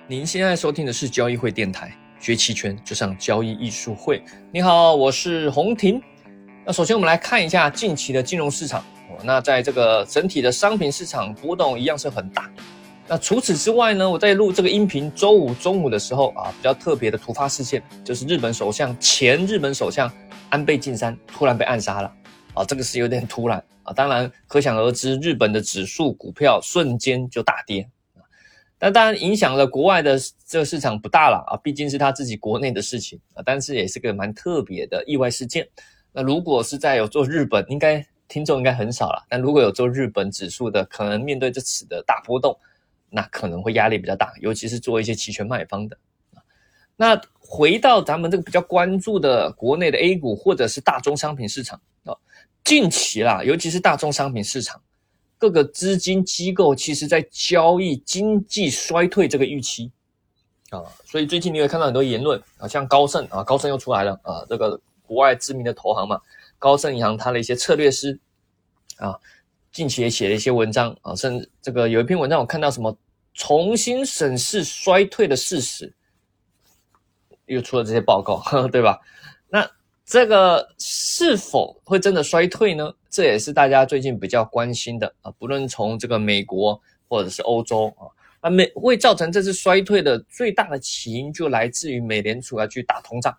您现在收听的是交易会电台，学期权就上交易艺术会。你好，我是洪婷。那首先我们来看一下近期的金融市场。那在这个整体的商品市场波动一样是很大。那除此之外呢，我在录这个音频周五中午的时候比较特别的突发事件，就是前日本首相安倍晋三突然被暗杀了。这个是有点突然当然可想而知，日本的指数股票瞬间就大跌。但当然影响了国外的这个市场不大了毕竟是他自己国内的事情但是也是个蛮特别的意外事件。那如果是在有做日本，听众应该很少了，但如果有做日本指数的，可能面对这次的大波动，那可能会压力比较大，尤其是做一些期权卖方的。那回到咱们这个比较关注的国内的 A 股或者是大宗商品市场近期啦，尤其是大宗商品市场，各个资金机构其实在交易经济衰退这个预期所以最近你会看到很多言论像高盛又出来了这个国外知名的投行嘛，高盛银行它的一些策略师近期也写了一些文章甚至这个有一篇文章我看到什么重新审视衰退的事实，又出了这些报告对吧？那这个是否会真的衰退呢？这也是大家最近比较关心的不论从这个美国或者是欧洲会造成这次衰退的最大的起因就来自于美联储要去打通胀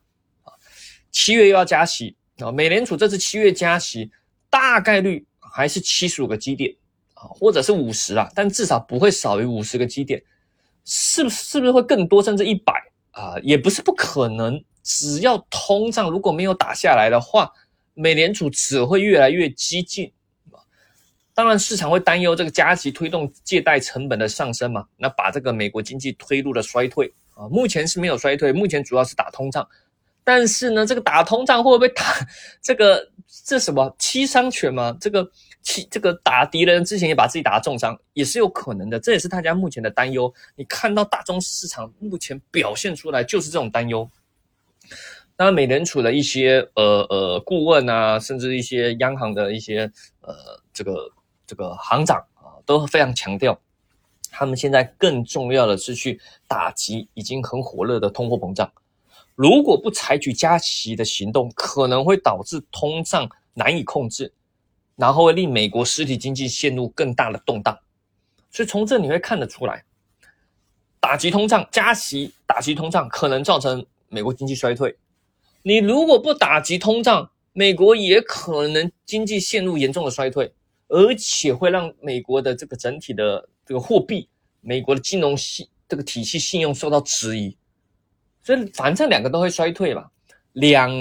7月又要加息美联储这次7月加息大概率还是75个基点或者是50但至少不会少于50个基点，是不是会更多甚至100也不是不可能。只要通胀如果没有打下来的话，美联储只会越来越激进。当然市场会担忧这个加息推动借贷成本的上升嘛，那把这个美国经济推入了衰退目前是没有衰退，目前主要是打通胀。但是呢，这个打通胀会不会打这什么七伤拳嘛？这个打敌人之前也把自己打重伤，也是有可能的，这也是大家目前的担忧。你看到大宗市场目前表现出来就是这种担忧。当然美联储的一些顾问甚至一些央行的一些这个行长都非常强调，他们现在更重要的是去打击已经很火热的通货膨胀。如果不采取加息的行动，可能会导致通胀难以控制，然后会令美国实体经济陷入更大的动荡。所以从这你会看得出来，打击通胀，加息打击通胀可能造成美国经济衰退。你如果不打击通胀，美国也可能经济陷入严重的衰退，而且会让美国的这个整体的这个货币，美国的金融这个体系信用受到质疑。所以反正两个都会衰退嘛，两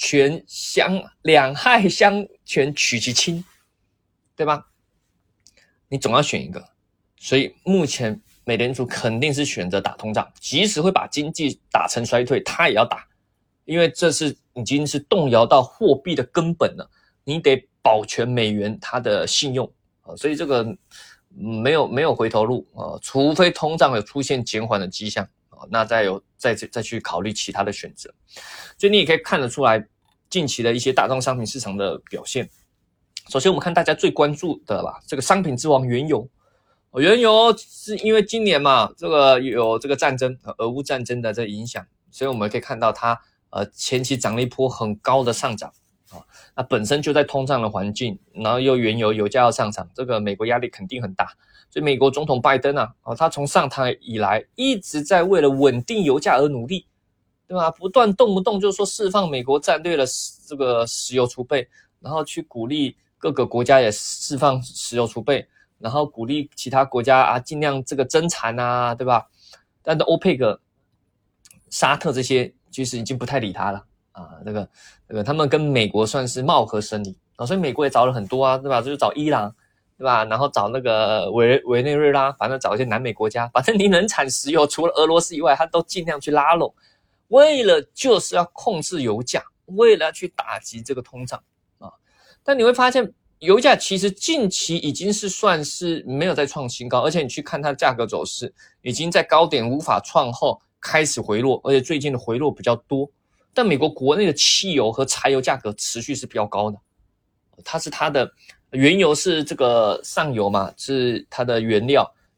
害相权取其轻，对吧？你总要选一个。所以目前美联储肯定是选择打通胀，即使会把经济打成衰退，它也要打，因为这是已经是动摇到货币的根本了，你得保全美元它的信用所以这个没有回头路除非通胀有出现减缓的迹象那再去考虑其他的选择。所以你也可以看得出来近期的一些大宗商品市场的表现。首先我们看大家最关注的吧，这个商品之王原油。原油是因为今年嘛，这个有这个战争俄乌战争的这影响，所以我们可以看到它前期涨了一波很高的上涨那本身就在通胀的环境，然后又原油价要上涨，这个美国压力肯定很大。所以美国总统拜登他从上台以来一直在为了稳定油价而努力，对吧？不断动不动就说释放美国战略的这个石油储备，然后去鼓励各个国家也释放石油储备，然后鼓励其他国家尽量这个增产对吧？但是欧佩克、沙特这些其实已经不太理他了这个他们跟美国算是貌合神离所以美国也找了很多对吧？就是找伊朗，对吧？然后找那个委内瑞拉，反正找一些南美国家，反正你能产石油，除了俄罗斯以外，他都尽量去拉拢，为了就是要控制油价，为了去打击这个通胀但你会发现油价其实近期已经是算是没有再创新高，而且你去看它的价格走势，已经在高点无法创后开始回落，而且最近的回落比较多。但美国国内的汽油和柴油价格持续是比较高的，它的原油是这个上游嘛，是它的原料，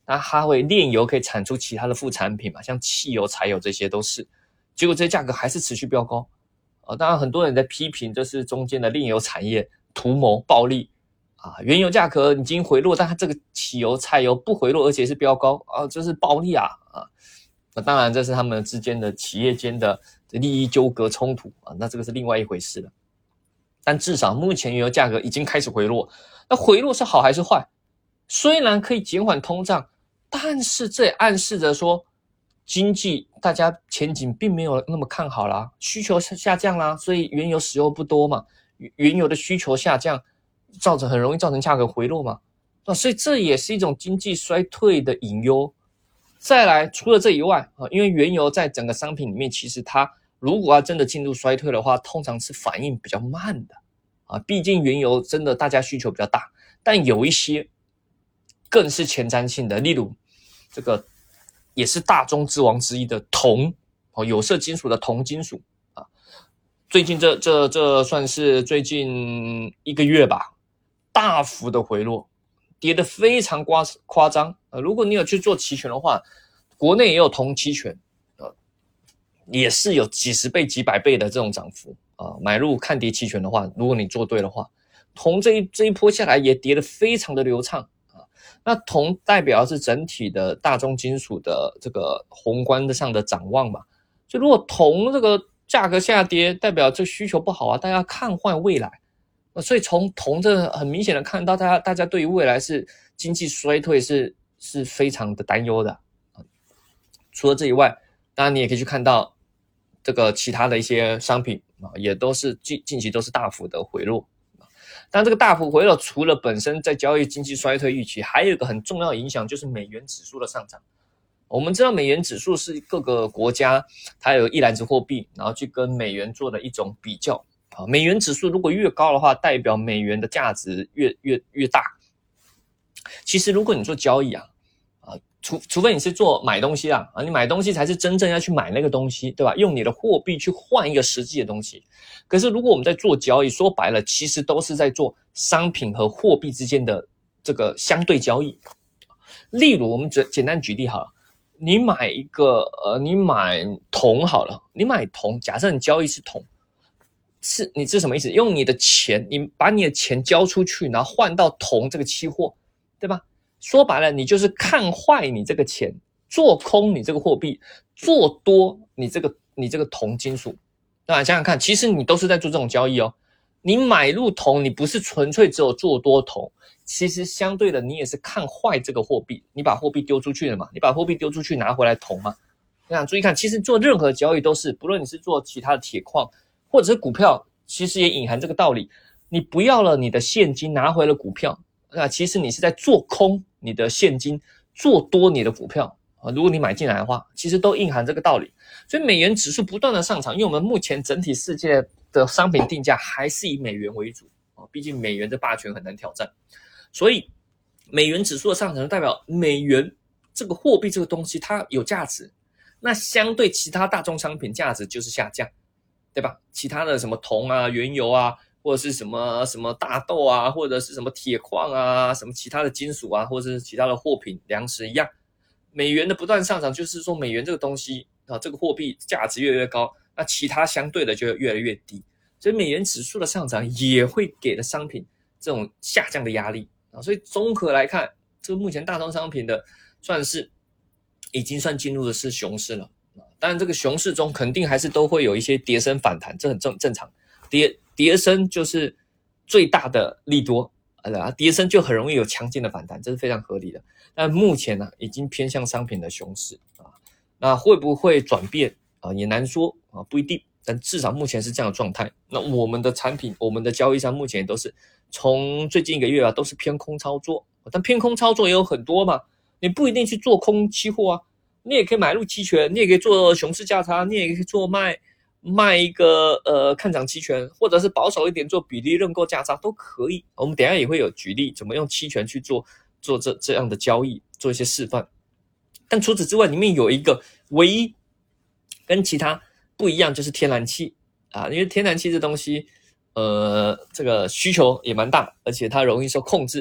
那它会炼油可以产出其他的副产品嘛，像汽油、柴油这些都是，结果这些价格还是持续飙高。当然很多人在批评这是中间的炼油产业图谋暴利原油价格已经回落，但它这个汽油、柴油不回落，而且是飙高这是暴利那当然这是他们之间的企业间的利益纠葛冲突那这个是另外一回事了。但至少目前原油价格已经开始回落，那回落是好还是坏？虽然可以减缓通胀，但是这也暗示着说经济大家前景并没有那么看好啦，需求下降啦，所以原油使用不多嘛，原油的需求下降很容易造成价格回落嘛，所以这也是一种经济衰退的隐忧。再来除了这以外因为原油在整个商品里面其实它如果要真的进入衰退的话，通常是反应比较慢的毕竟原油真的大家需求比较大，但有一些更是前瞻性的，例如这个也是大宗之王之一的铜有色金属的铜金属最近这算是最近1个月吧，大幅的回落，跌得非常夸张如果你有去做期权的话，国内也有铜期权也是有几十倍几百倍的这种涨幅买入看跌期权的话，如果你做对的话，铜这一波下来也跌得非常的流畅那铜代表的是整体的大宗金属的这个宏观上的展望嘛，所以如果铜这个价格下跌，代表这需求不好大家看坏未来所以从铜这很明显的看到大家对于未来是经济衰退是非常的担忧的除了这以外，当然你也可以去看到这个其他的一些商品也都是近期都是大幅的回落。但这个大幅回落除了本身在交易经济衰退预期，还有一个很重要的影响就是美元指数的上涨。我们知道美元指数是各个国家它有一篮子货币，然后去跟美元做的一种比较美元指数如果越高的话，代表美元的价值越大。其实如果你做交易除非你是做买东西你买东西才是真正要去买那个东西，对吧？用你的货币去换一个实际的东西。可是如果我们在做交易，说白了其实都是在做商品和货币之间的这个相对交易。例如我们简单举例好了，你买你买铜好了，你买铜，假设你交易是铜，你是什么意思？用你的钱，你把你的钱交出去，然后换到铜这个期货，对吧？说白了你就是看坏你这个钱，做空你这个货币，做多你这个铜金属。那想想看，其实你都是在做这种交易你买入铜，你不是纯粹只有做多铜，其实相对的你也是看坏这个货币，你把货币丢出去了嘛，你把货币丢出去拿回来铜嘛。那注意看，其实做任何交易都是，不论你是做其他的铁矿或者是股票，其实也隐含这个道理，你不要了你的现金拿回了股票，那其实你是在做空你的现金，做多你的股票如果你买进来的话，其实都蕴含这个道理。所以美元指数不断的上涨，因为我们目前整体世界的商品定价还是以美元为主毕竟美元的霸权很难挑战，所以美元指数的上涨代表美元这个货币这个东西它有价值，那相对其他大宗商品价值就是下降，对吧？其他的什么铜原油或者是什么大豆或者是什么铁矿什么其他的金属或者是其他的货品粮食一样，美元的不断上涨就是说美元这个东西这个货币价值越来越高，那其他相对的就越来越低，所以美元指数的上涨也会给了商品这种下降的压力所以综合来看，这个目前大宗商品的算是已经算进入的是熊市了。当然这个熊市中肯定还是都会有一些跌升反弹，这很正常，跌升就是最大的利多跌升就很容易有强劲的反弹，这是非常合理的。但目前已经偏向商品的熊市那会不会转变也难说不一定，但至少目前是这样的状态。那我们的产品，我们的交易商目前都是从最近1个月都是偏空操作，但偏空操作也有很多嘛，你不一定去做空期货你也可以买入期权，你也可以做熊市价差，你也可以做卖一个看涨期权，或者是保守一点做比例认购价差都可以。我们等一下也会有举例怎么用期权去做这样的交易，做一些示范。但除此之外，里面有一个唯一跟其他不一样，就是天然气因为天然气这东西这个需求也蛮大，而且它容易受控制，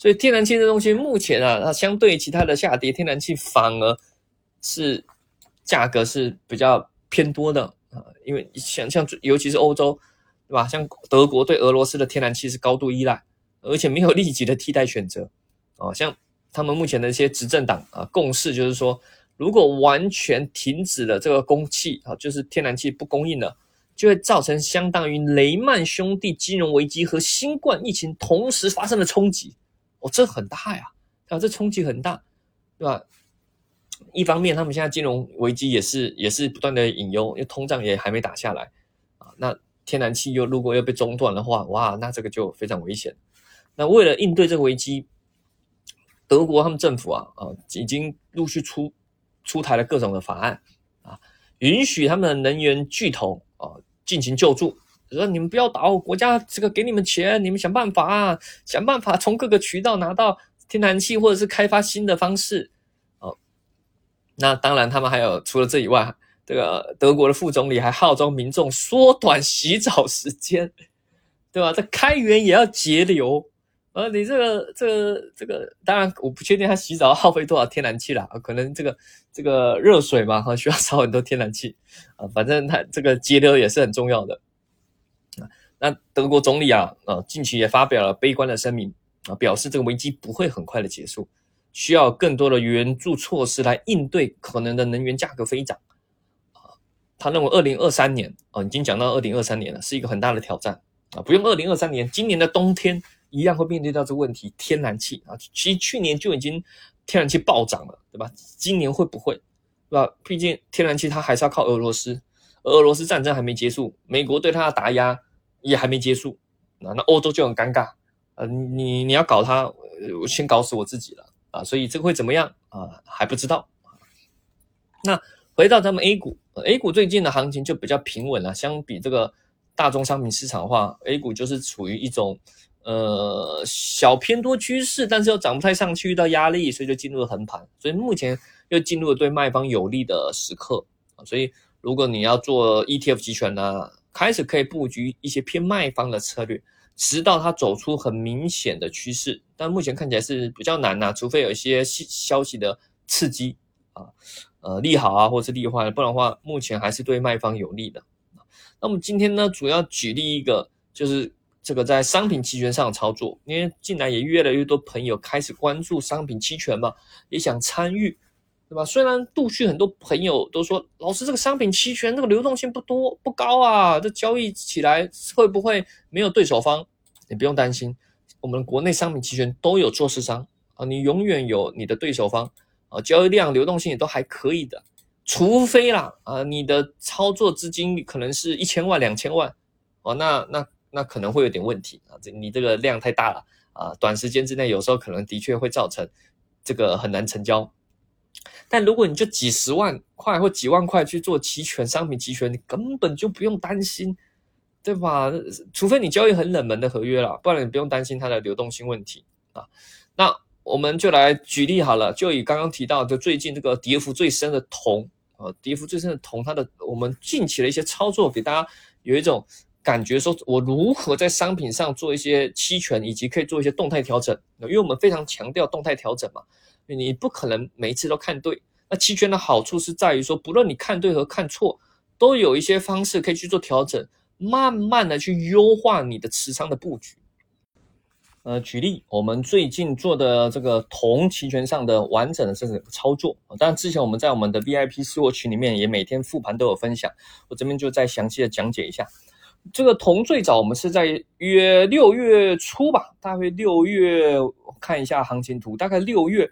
所以天然气这东西目前啊，它相对其他的下跌，天然气反而是价格是比较偏多的啊，因为像尤其是欧洲，对吧？像德国对俄罗斯的天然气是高度依赖，而且没有立即的替代选择啊。像他们目前的一些执政党啊，共识就是说，如果完全停止了这个供气啊，就是天然气不供应了，就会造成相当于雷曼兄弟金融危机和新冠疫情同时发生的冲击。这很大呀，这冲击很大，对吧？一方面他们现在金融危机也是不断的隐忧，因为通胀也还没打下来啊。那天然气如果又被中断的话，哇，那这个就非常危险。那为了应对这个危机，德国他们政府已经陆续出台了各种的法案啊，允许他们的能源巨头进行救助，说你们不要倒，国家这个给你们钱，你们想办法从各个渠道拿到天然气，或者是开发新的方式。那当然他们还有除了这以外，这个德国的副总理还号召民众缩短洗澡时间，对吧？这开源也要节流。你这个，当然我不确定他洗澡耗费多少天然气啦，可能这个热水嘛，需要烧很多天然气啊。反正他这个节流也是很重要的。那德国总理近期也发表了悲观的声明啊，表示这个危机不会很快的结束，需要更多的援助措施来应对可能的能源价格飞涨。他认为2023年已经讲到2023年了，是一个很大的挑战啊，不用2023年，今年的冬天一样会面对到这个问题，天然气啊，其实去年就已经天然气暴涨了，对吧？今年会不会，对吧？毕竟天然气它还是要靠俄罗斯，俄罗斯战争还没结束，美国对它的打压也还没结束，那欧洲就很尴尬你要搞它，我先搞死我自己了啊，所以这个会怎么样啊？还不知道。那回到咱们 A 股，A 股最近的行情就比较平稳了，相比这个大宗商品市场的话 ，A 股就是处于一种小偏多趋势，但是又涨不太上去，遇到压力，所以就进入了横盘，所以目前又进入了对卖方有利的时刻所以如果你要做 ETF 期权呢，开始可以布局一些偏卖方的策略，直到它走出很明显的趋势，但目前看起来是比较难除非有一些消息的刺激利好或是利坏，不然的话目前还是对卖方有利的。那我们今天呢，主要举例一个，就是这个在商品期权上的操作，因为近来也越来越多朋友开始关注商品期权嘛，也想参与，对吧？虽然陆续很多朋友都说，老师这个商品期权这个流动性不高啊，这交易起来会不会没有对手方？你不用担心，我们国内商品期权都有做市商你永远有你的对手方交易量流动性也都还可以的，除非你的操作资金可能是1000万2000万那可能会有点问题你这个量太大了短时间之内有时候可能的确会造成这个很难成交。但如果你就几十万块或几万块去做期权商品期权，你根本就不用担心，对吧？除非你交易很冷门的合约不然你不用担心它的流动性问题那我们就来举例好了，就以刚刚提到的最近这个跌幅最深的铜跌幅最深的铜，我们近期的一些操作给大家有一种感觉，说我如何在商品上做一些期权，以及可以做一些动态调整，因为我们非常强调动态调整嘛，你不可能每一次都看对。那期权的好处是在于说，不论你看对和看错，都有一些方式可以去做调整，慢慢的去优化你的持仓的布局。举例，我们最近做的这个铜期权上的完整的这个操作，当然之前我们在我们的 VIP 私货群里面也每天复盘都有分享，我这边就再详细的讲解一下。这个铜最早我们是在约6月初吧，大概6月，我看一下行情图，大概6月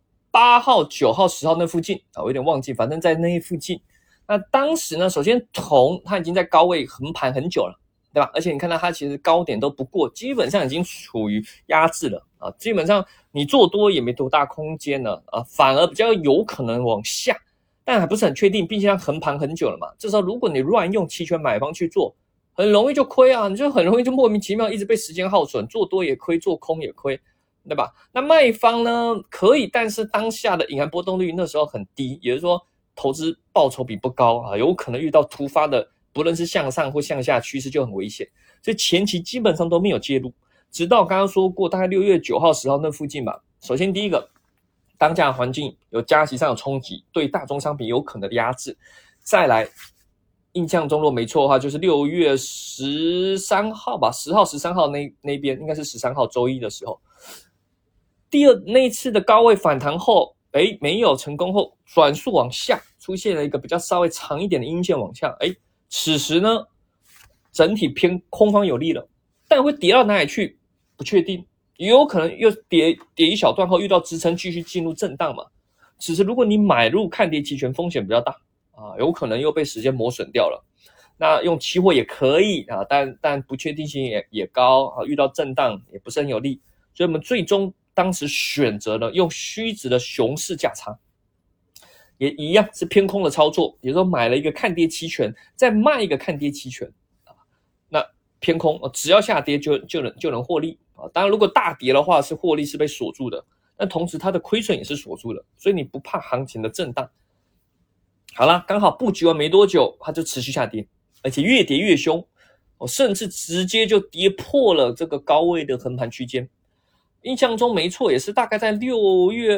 8号、9号、10号那附近我有点忘记，反正在那附近。那当时呢，首先铜它已经在高位横盘很久了，对吧？而且你看到它其实高点都不过，基本上已经处于压制了基本上你做多也没多大空间了反而比较有可能往下，但还不是很确定，毕竟它横盘很久了嘛。这时候如果你乱用期权买方去做，很容易就亏你就很容易就莫名其妙一直被时间耗损，做多也亏，做空也亏，对吧？那卖方呢可以，但是当下的隐含波动率那时候很低，也就是说投资报酬比不高有可能遇到突发的不论是向上或向下趋势就很危险，所以前期基本上都没有介入。 直到刚刚说过大概6月9号10号那附近吧。首先第一个，当下的环境有加息上有冲击，对大宗商品有可能的压制。再来，印象中如果没错的话，就是6月13号吧，10号、13号那边应该是13号周一的时候。第二，那一次的高位反弹后，没有成功后，转速往下，出现了一个比较稍微长一点的阴线往下。此时呢，整体偏空方有利了，但会跌到哪里去不确定，也有可能又跌一小段后遇到支撑，继续进入震荡嘛。此时如果你买入看跌期权，风险比较大啊，有可能又被时间磨损掉了。那用期货也可以啊，但不确定性也高啊，遇到震荡也不是很有利，所以我们最终当时选择了用虚值的熊市价差，也一样是偏空的操作，也就是说买了一个看跌期权，再卖一个看跌期权啊。那偏空只要下跌就能获利啊。当然如果大跌的话，是获利是被锁住的，但同时它的亏损也是锁住的，所以你不怕行情的震荡。好啦，刚好布局完没多久，它就持续下跌，而且越跌越凶，甚至直接就跌破了这个高位的横盘区间。印象中没错，也是大概在6月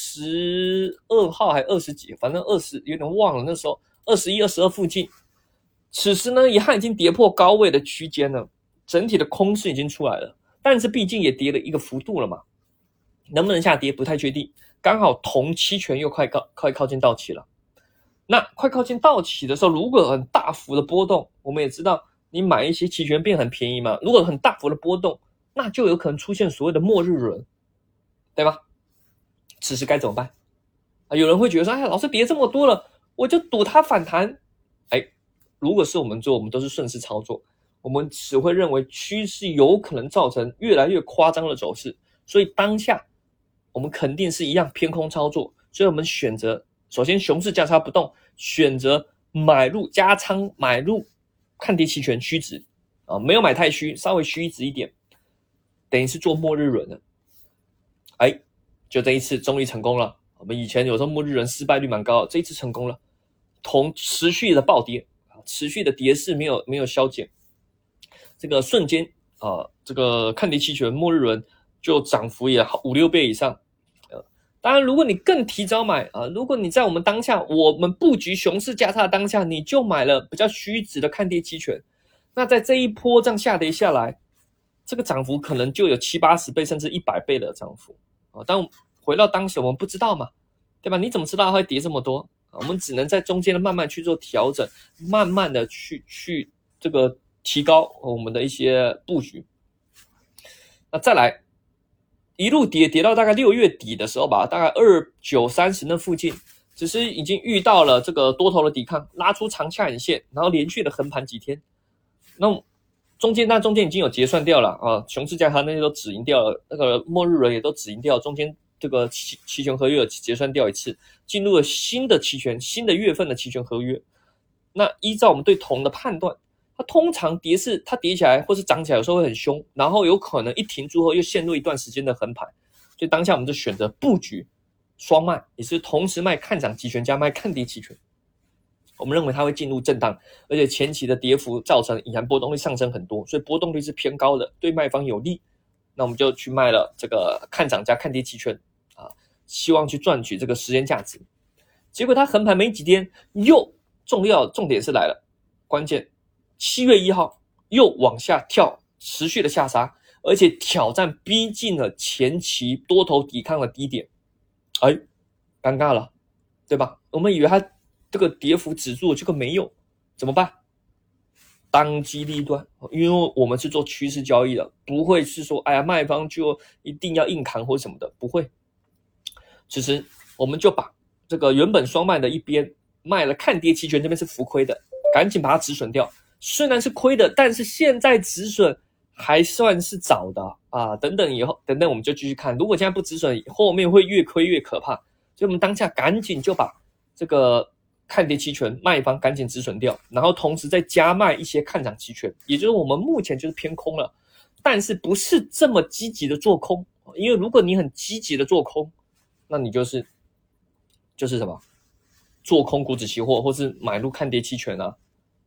22号还20几，反正20有点忘了，那时候21、22附近。此时呢，它已经跌破高位的区间了，整体的空势已经出来了，但是毕竟也跌了一个幅度了嘛，能不能下跌不太确定。刚好同期权又快靠近到期了，那快靠近到期的时候，如果很大幅的波动，我们也知道你买一些期权变很便宜嘛，如果很大幅的波动，那就有可能出现所谓的末日轮，对吧？此时该怎么办？有人会觉得说，老师跌这么多了，我就赌它反弹。如果是我们做，我们都是顺势操作，我们只会认为趋势有可能造成越来越夸张的走势，所以当下我们肯定是一样偏空操作，所以我们选择首先熊市价差不动，选择买入加仓买入看跌期权虚值啊，没有买太虚，稍微虚值一点，等于是做末日轮了。就这一次终于成功了。我们以前有时候末日轮失败率蛮高的，这一次成功了，同持续的暴跌，持续的跌势没有消减，这个瞬间这个看跌期权末日轮就涨幅也好5-6倍以上。当然如果你更提早买如果你在我们当下我们布局熊市价差的当下，你就买了比较虚值的看跌期权，那在这一波这样下跌下来，这个涨幅可能就有70-80倍甚至100倍的涨幅但回到当时我们不知道嘛，对吧？你怎么知道它会跌这么多？我们只能在中间的慢慢去做调整，慢慢的去这个提高我们的一些布局。那再来一路跌到大概6月底的时候吧，大概29、30那附近，只是已经遇到了这个多头的抵抗，拉出长下影线，然后连续的横盘几天。那中间已经有结算掉了熊市价差那些都止盈掉了，那个末日轮也都止盈掉，中间这个期权合约有结算掉一次，进入了新的期权，新的月份的期权合约。那依照我们对铜的判断，它通常跌势它跌起来或是涨起来有时候会很凶，然后有可能一停住后又陷入一段时间的横盘，所以当下我们就选择布局双卖，也是同时卖看涨期权加卖看跌期权。我们认为它会进入震荡，而且前期的跌幅造成隐含波动率上升很多，所以波动率是偏高的，对卖方有利。那我们就去卖了这个看涨加看跌期权希望去赚取这个时间价值。结果它横盘没几天，又重点是来了，关键7月1号又往下跳，持续的下杀，而且挑战逼近了前期多头抵抗的低点。尴尬了，对吧？我们以为它这个跌幅止住了，结果没有，怎么办？当机立断，因为我们是做趋势交易的，不会是说卖方就一定要硬扛或什么的，不会。此时我们就把这个原本双卖的一边卖了看跌期权，这边是浮亏的，赶紧把它止损掉。虽然是亏的，但是现在止损还算是早的等等我们就继续看，如果现在不止损，后面会越亏越可怕，所以我们当下赶紧就把这个看跌期权卖方赶紧止损掉，然后同时再加卖一些看涨期权，也就是我们目前就是偏空了，但是不是这么积极的做空，因为如果你很积极的做空，那你就是什么做空股指期货或是买入看跌期权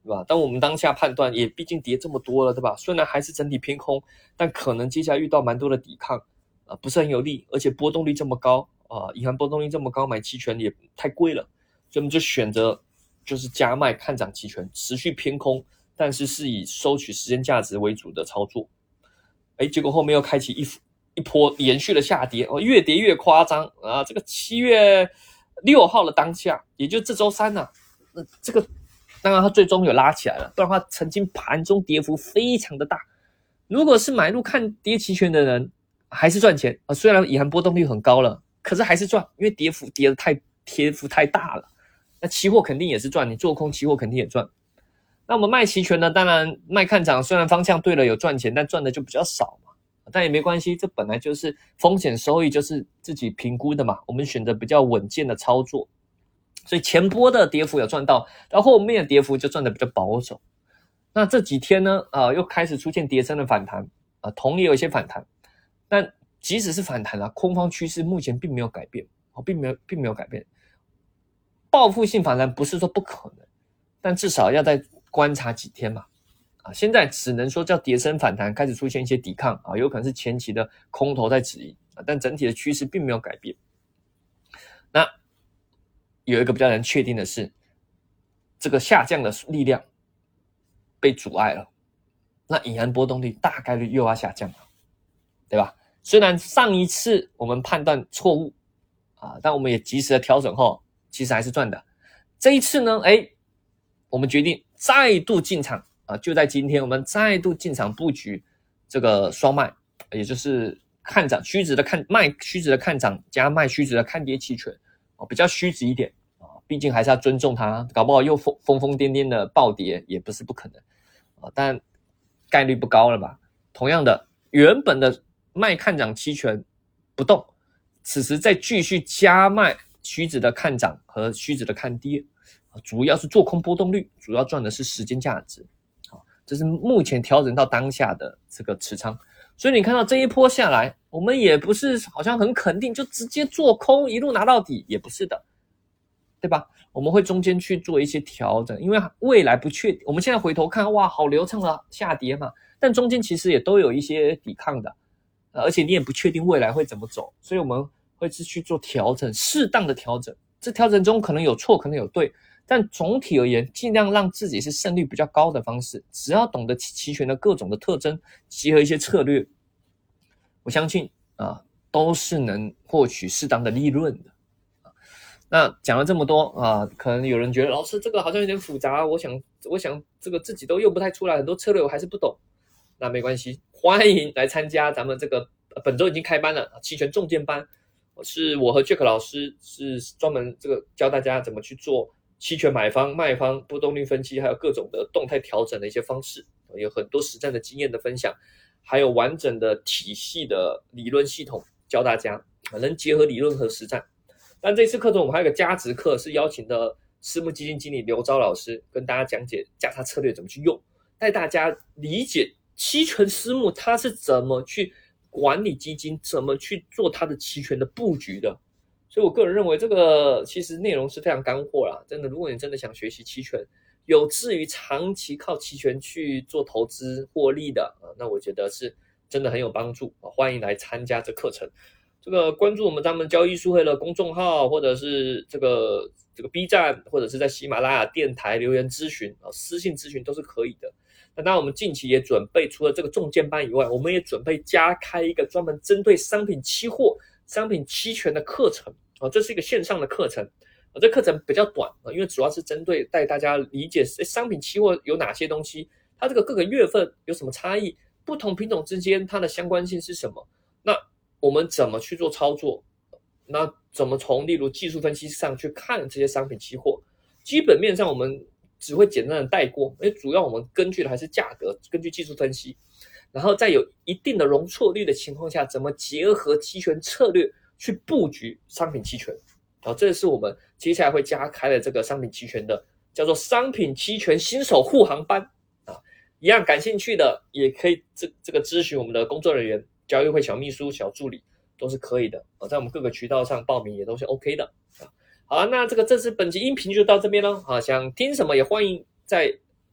对吧？但我们当下判断也毕竟跌这么多了，对吧？虽然还是整体偏空，但可能接下来遇到蛮多的抵抗，不是很有利，而且波动率这么高，隐含波动率这么高，买期权也太贵了，所以我们就选择就是加卖看涨期权，持续偏空，但是以收取时间价值为主的操作。结果后面又开启一波延续的下跌，越跌越夸张啊！这个7月6号的当下，也就这周三啊，这个当然它最终有拉起来了，不然的话曾经盘中跌幅非常的大。如果是买入看跌期权的人，还是赚钱虽然隐含波动率很高了，可是还是赚，因为跌幅太大了。那期货肯定也是赚，你做空期货肯定也赚。那我们卖期权呢，当然卖看涨，虽然方向对了有赚钱，但赚的就比较少嘛。但也没关系，这本来就是风险收益就是自己评估的嘛，我们选择比较稳健的操作。所以前波的跌幅有赚到，到后面的跌幅就赚的比较保守。那这几天呢，又开始出现跌升的反弹，铜也有一些反弹，但即使是反弹空方趋势目前并没有改变，并没有改变。报复性反弹不是说不可能，但至少要再观察几天嘛。现在只能说叫跌升反弹，开始出现一些抵抗有可能是前期的空头在指引但整体的趋势并没有改变。那有一个比较难确定的是，这个下降的力量被阻碍了，那隐含波动率大概率又要下降了，对吧？虽然上一次我们判断错误但我们也及时的调整后，其实还是赚的。这一次呢，我们决定再度进场就在今天，我们再度进场布局这个双卖，也就是看涨虚值的卖虚值的看涨加卖虚值的看跌期权比较虚值一点毕竟还是要尊重它，搞不好又疯疯癫癫的暴跌也不是不可能但概率不高了吧。同样的，原本的卖看涨期权不动，此时再继续加卖虚值的看涨和虚值的看跌，主要是做空波动率，主要赚的是时间价值。这是目前调整到当下的这个持仓。所以你看到这一波下来，我们也不是好像很肯定就直接做空一路拿到底，也不是的，对吧？我们会中间去做一些调整，因为未来不确定。我们现在回头看，哇，好流畅的下跌嘛，但中间其实也都有一些抵抗的而且你也不确定未来会怎么走，所以我们会去做调整，适当的调整。这调整中可能有错，可能有对，但总体而言，尽量让自己是胜率比较高的方式。只要懂得期权的各种的特征，结合一些策略，我相信都是能获取适当的利润的。那讲了这么多可能有人觉得老师这个好像有点复杂，我想这个自己都用不太出来，很多策略我还是不懂。那没关系，欢迎来参加咱们这个本周已经开班了期权重剑班。是我和 Jack 老师是专门这个教大家怎么去做期权买方卖方波动率分析，还有各种的动态调整的一些方式，有很多实战的经验的分享，还有完整的体系的理论系统教大家能结合理论和实战。但这次课程我们还有个加值课，是邀请的私募基金经理刘钊老师跟大家讲解价差策略怎么去用，带大家理解期权私募它是怎么去管理基金，怎么去做它的期权的布局的。所以我个人认为这个其实内容是非常干货啦，真的，如果你真的想学习期权，有志于长期靠期权去做投资获利的那我觉得是真的很有帮助欢迎来参加这课程。这个关注我们咱们交易术会的公众号，或者是这个 B 站，或者是在喜马拉雅电台留言咨询私信咨询都是可以的。那当然我们近期也准备除了这个重剑班以外，我们也准备加开一个专门针对商品期货商品期权的课程这是一个线上的课程这课程比较短因为主要是针对带大家理解商品期货有哪些东西，它这个各个月份有什么差异，不同品种之间它的相关性是什么，那我们怎么去做操作，那怎么从例如技术分析上去看这些商品期货，基本面上我们只会简单的带过，因为主要我们根据的还是价格，根据技术分析，然后在有一定的容错率的情况下，怎么结合期权策略去布局商品期权这是我们接下来会加开的这个商品期权的叫做商品期权新手护航班一样感兴趣的也可以这个咨询我们的工作人员，交易会小秘书小助理都是可以的在我们各个渠道上报名也都是 OK 的好那这次本集音频就到这边了想听什么也欢迎在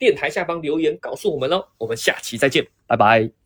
电台下方留言告诉我们哦。我们下期再见，拜拜。